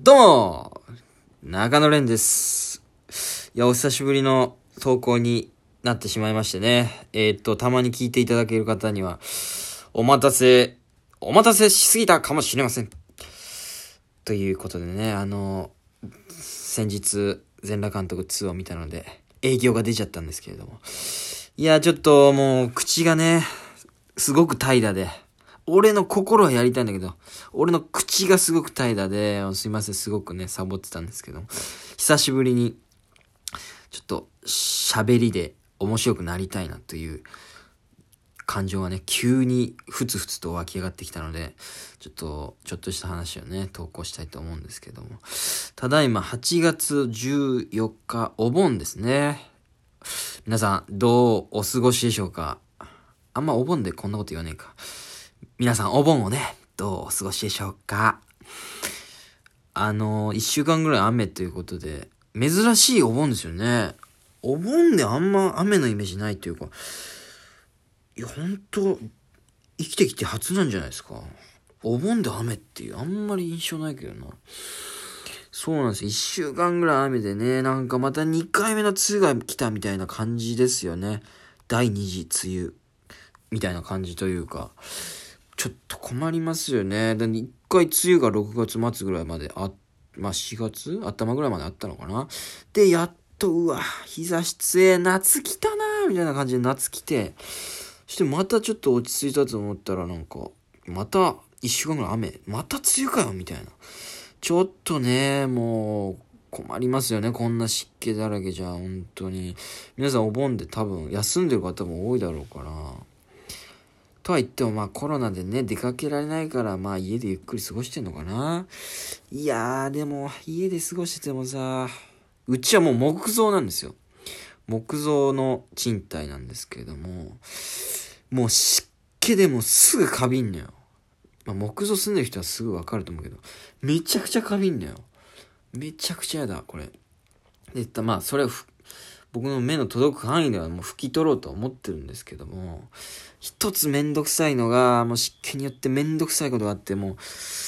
どうも中野蓮です。いや、お久しぶりの投稿になってしまいましてね。たまに聞いていただける方には、お待たせしすぎたかもしれません。ということでね、先日、全裸監督2を見たので、営業が出ちゃったんですけれども。いや、ちょっともう、口がね、すごく怠惰で、俺の心はやりたいんだけど、俺の口がすごく怠惰で、すいません、すごくね、サボってたんですけど、久しぶりに、ちょっと、喋りで面白くなりたいなという感情がね、急にふつふつと湧き上がってきたので、ちょっとした話をね、投稿したいと思うんですけども。ただいま8月14日、お盆ですね。皆さん、どうお過ごしでしょうか？あんまお盆でこんなこと言わねえか。皆さんお盆をね、どうお過ごしでしょうか？1週間ぐらい雨ということで、珍しいお盆ですよね。お盆であんま雨のイメージないというか、いや、ほんと、生きてきて初なんじゃないですか。お盆で雨っていう、あんまり印象ないけどな。そうなんです。1週間ぐらい雨でね、なんかまた2回目の梅雨が来たみたいな感じですよね。第2次梅雨みたいな感じというか、ちょっと困りますよね。で、一回梅雨が6月末ぐらいまで4月頭ぐらいまであったのかな。で、やっと、日差し強え、夏来たなーみたいな感じで夏来て、そしてまたちょっと落ち着いたと思ったらなんか、また一週間ぐらい雨、また梅雨かよみたいな。ちょっとね、もう、困りますよね。こんな湿気だらけじゃ、本当に。皆さんお盆で多分休んでる方も多いだろうから。とは言ってもコロナでね、出かけられないから家でゆっくり過ごしてんのかな。いやーでも家で過ごしててもさ、うちはもう木造なんですよ。木造の賃貸なんですけれども、もう湿気でもすぐカビんのよ。木造住んでる人はすぐわかると思うけど、めちゃくちゃカビんのよ。めちゃくちゃやだ、これ。で、それを僕の目の届く範囲ではもう拭き取ろうと思ってるんですけども、一つめんどくさいのが、もう湿気によってめんどくさいことがあって、もう、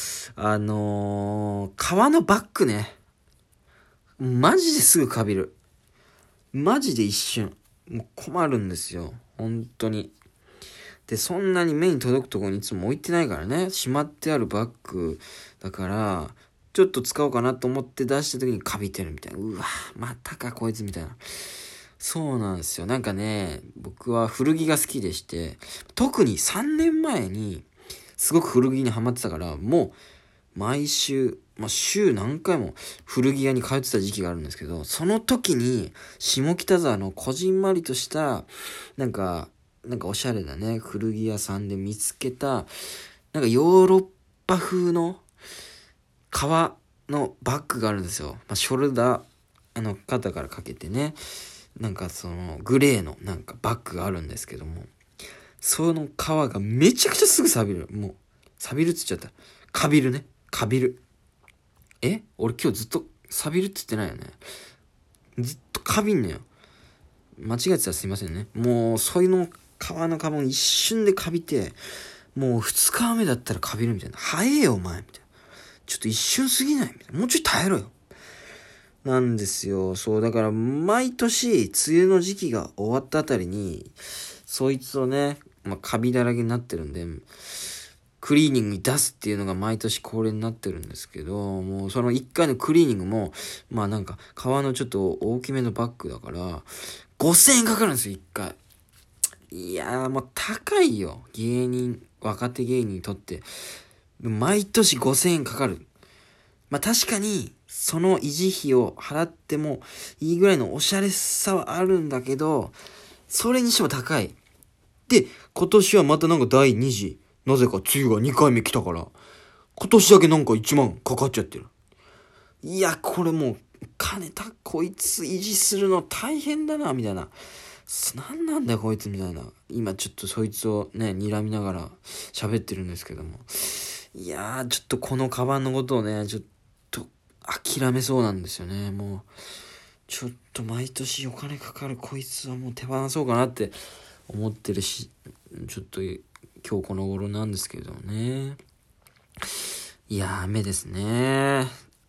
革のバッグね。マジですぐカビる。マジで一瞬。もう困るんですよ。本当に。で、そんなに目に届くところにいつも置いてないからね。しまってあるバッグだから、ちょっと使おうかなと思って出した時にカビてるみたいな。またかこいつみたいな。そうなんですよ。なんかね、僕は古着が好きでして、特に3年前にすごく古着にハマってたから、もう毎週、週何回も古着屋に通ってた時期があるんですけど、その時に下北沢のこじんまりとした、なんかおしゃれなね、古着屋さんで見つけた、なんかヨーロッパ風の革のバッグがあるんですよ。ショルダー、肩からかけてね、なんかグレーのなんかバッグがあるんですけども、その革がめちゃくちゃすぐ錆びる。もう、錆びるって言っちゃった。カビるね。カビる。俺今日ずっと錆びるって言ってないよね。ずっとカビんのよ。間違えてたらすいませんね。もう、そういうの革のカバン一瞬でカビて、もう2日目だったらカビるみたいな。早えよお前みたいな。ちょっと一瞬すぎないみたいな。もうちょい耐えろよ。なんですよ。そう、だから毎年、梅雨の時期が終わったあたりに、そいつをね、カビだらけになってるんで、クリーニングに出すっていうのが毎年恒例になってるんですけど、もうその1回のクリーニングも、なんか、革のちょっと大きめのバッグだから、5000円かかるんですよ、1回。いやーもう高いよ。若手芸人にとって。毎年5000円かかる。確かに、その維持費を払ってもいいぐらいのおしゃれさはあるんだけど、それにしても高い。で、今年はまたなんか第2次、なぜか梅雨が2回目来たから、今年だけなんか1万かかっちゃってる。いや、これもう、こいつ維持するの大変だな、みたいな。なんなんだよ、こいつ、みたいな。今ちょっとそいつをね、睨みながら喋ってるんですけども。いやー、ちょっとこのカバンのことをね、ちょっと諦めそうなんですよね。もう、ちょっと毎年お金かかるこいつはもう手放そうかなって思ってるし、ちょっと今日この頃なんですけどね。いやー、雨ですね。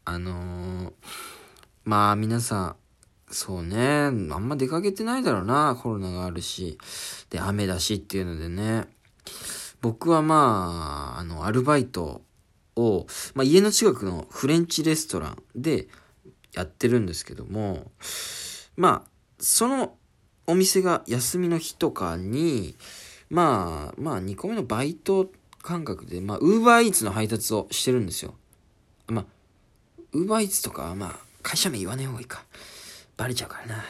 まあ皆さん、そうね、あんま出かけてないだろうな、コロナがあるし。で、雨だしっていうのでね。僕はまあ、アルバイトを、まあ家の近くのフレンチレストランでやってるんですけども、まあ、そのお店が休みの日とかに、まあ、2個目のバイト感覚で、まあ、ウーバーイーツの配達をしてるんですよ。まあ、ウーバーイーツとかはまあ、会社名言わない方がいいか。バレちゃうからな。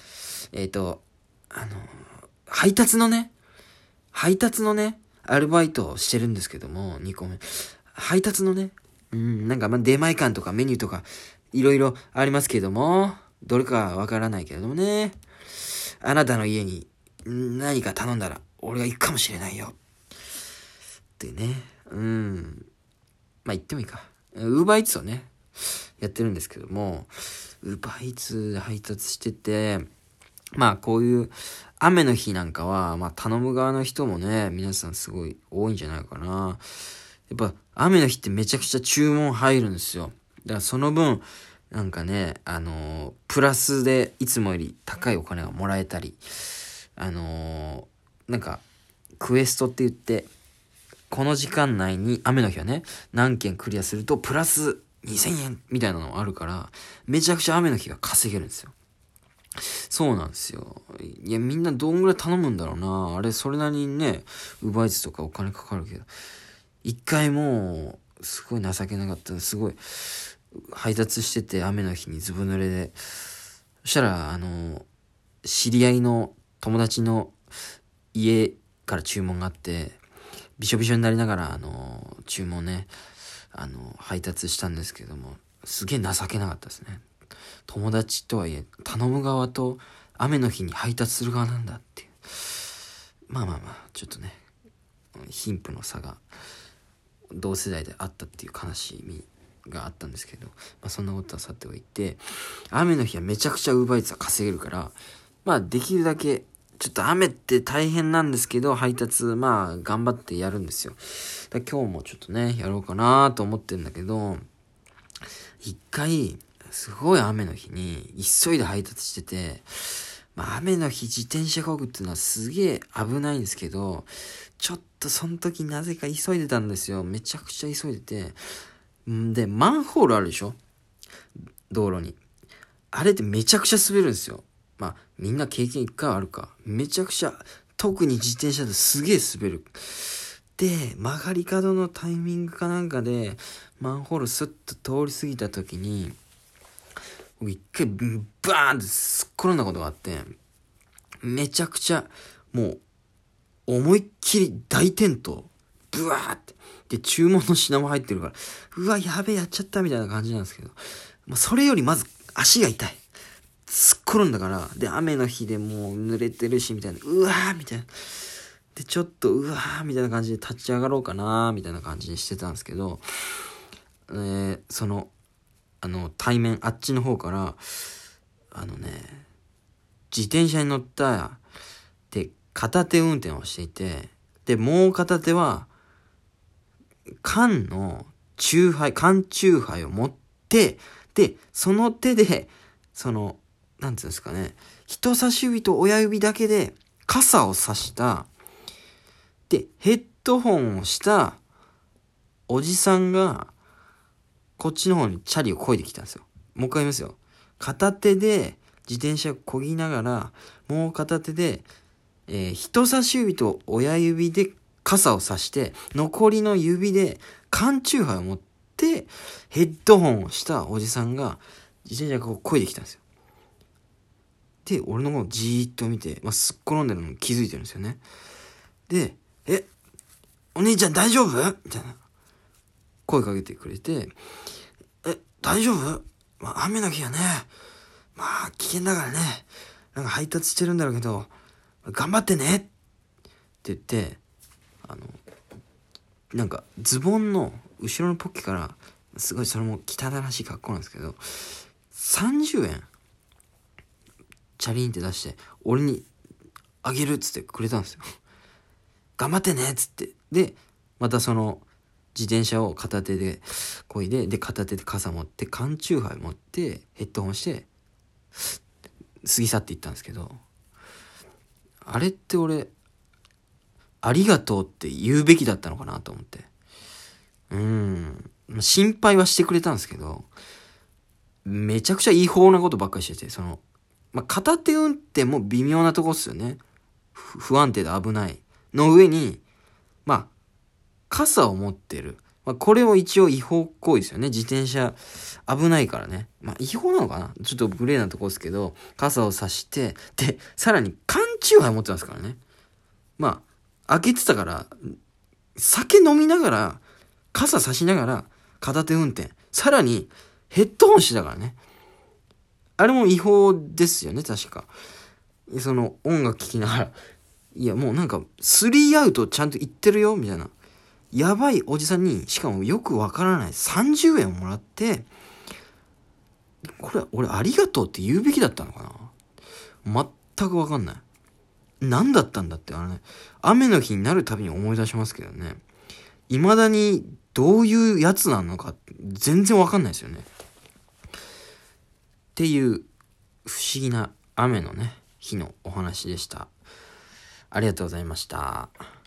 あの、配達のね、アルバイトをしてるんですけども、2個目。配達のね、なんかまあ出前館とかメニューとか、いろいろありますけども、どれかわからないけれどもね、あなたの家に何か頼んだら、俺が行くかもしれないよ。ってね、まあ言ってもいいか。ウーバーイーツをね、やってるんですけども、ウーバーイーツ配達してて、まあこういう雨の日なんかは、まあ頼む側の人もね、皆さんすごい多いんじゃないかな。やっぱ雨の日ってめちゃくちゃ注文入るんですよ。だからその分、なんかね、プラスでいつもより高いお金がもらえたり、なんか、クエストって言って、この時間内に雨の日はね、何件クリアするとプラス2000円みたいなのあるから、めちゃくちゃ雨の日が稼げるんですよ。そうなんですよ。いや、みんなどんぐらい頼むんだろうな。あれ、それなりにね、ウーバーイーツとかお金かかるけど、一回もう、すごい情けなかった。すごい、配達してて雨の日にずぶ濡れで、そしたら、知り合いの友達の家から注文があって、びしょびしょになりながら、注文ね、配達したんですけども、すげえ情けなかったですね。友達とはいえ、頼む側と雨の日に配達する側なんだっていう。まあ、ちょっとね、貧富の差が同世代であったっていう悲しみがあったんですけど、まあそんなことはさておいて、雨の日はめちゃくちゃウーバーイーツは稼げるから、まあできるだけ、ちょっと雨って大変なんですけど、配達、まあ頑張ってやるんですよ。だ今日もちょっとね、やろうかなと思ってるんだけど、一回、すごい雨の日に急いで配達してて、まあ雨の日自転車こぐっていうのはすげえ危ないんですけど、ちょっとその時なぜか急いでたんですよ。めちゃくちゃ急いでて。で、マンホールあるでしょ、道路に。あれってめちゃくちゃ滑るんですよ。まあ、みんな経験一回あるか。めちゃくちゃ、特に自転車ですげえ滑る。で、曲がり角のタイミングかなんかで、マンホールスッと通り過ぎた時に、僕一回バーンってすっ転んだことがあって、めちゃくちゃ、もう、思いっきり大転倒。ブワーって。で、注文の品も入ってるから、うわ、やべえ、やっちゃったみたいな感じなんですけど、まあ、それよりまず足が痛い。すっ転んだから、で、雨の日でもう濡れてるし、みたいな、うわーみたいな。で、ちょっと、うわーみたいな感じで立ち上がろうかなみたいな感じにしてたんですけど、その、対面、あっちの方から、自転車に乗った、で、片手運転をしていて、で、もう片手は、缶チューハイを持って、で、その手で、なんつうんですかね、人差し指と親指だけで傘を差した、で、ヘッドホンをしたおじさんが、こっちの方にチャリを漕いできたんですよ。もう一回言いますよ。片手で自転車を漕ぎながら、もう片手で、人差し指と親指で傘を差して、残りの指で缶チューハイを持って、ヘッドホンをしたおじさんが、自転車を漕いできたんですよ。で、俺の方をじーっと見て、すっ転んでるの気づいてるんですよね。で、お兄ちゃん大丈夫みたいな。声かけてくれて、大丈夫？雨の日はね、危険だからね、なんか配達してるんだろうけど、頑張ってねって言って、なんかズボンの後ろのポッケから、すごいそれも汚らしい格好なんですけど、30円、チャリンって出して、俺にあげるっつってくれたんですよ。頑張ってねっつって。で、また自転車を片手で漕いで、で、片手で傘持って、缶チューハイ持って、ヘッドホンして、過ぎ去っていったんですけど、あれって俺、ありがとうって言うべきだったのかなと思って。心配はしてくれたんですけど、めちゃくちゃ違法なことばっかりしてて、片手運転も微妙なとこっすよね。不安定で危ない。の上に、傘を持ってる。これも一応違法行為ですよね。自転車危ないからね。違法なのかなちょっとグレーなとこですけど、傘を差して、で、さらに缶チューハイ持ってますからね。開けてたから、酒飲みながら、傘差しながら、片手運転。さらに、ヘッドホンしてたからね。あれも違法ですよね、確か。音楽聴きながら、いや、もう3アウトちゃんと言ってるよ、みたいな。やばいおじさんに、しかもよくわからない30円をもらって、これ、俺ありがとうって言うべきだったのかな？全くわかんない。何だったんだって、雨の日になるたびに思い出しますけどね。未だにどういうやつなのか全然わかんないですよね。っていう不思議な雨のね、日のお話でした。ありがとうございました。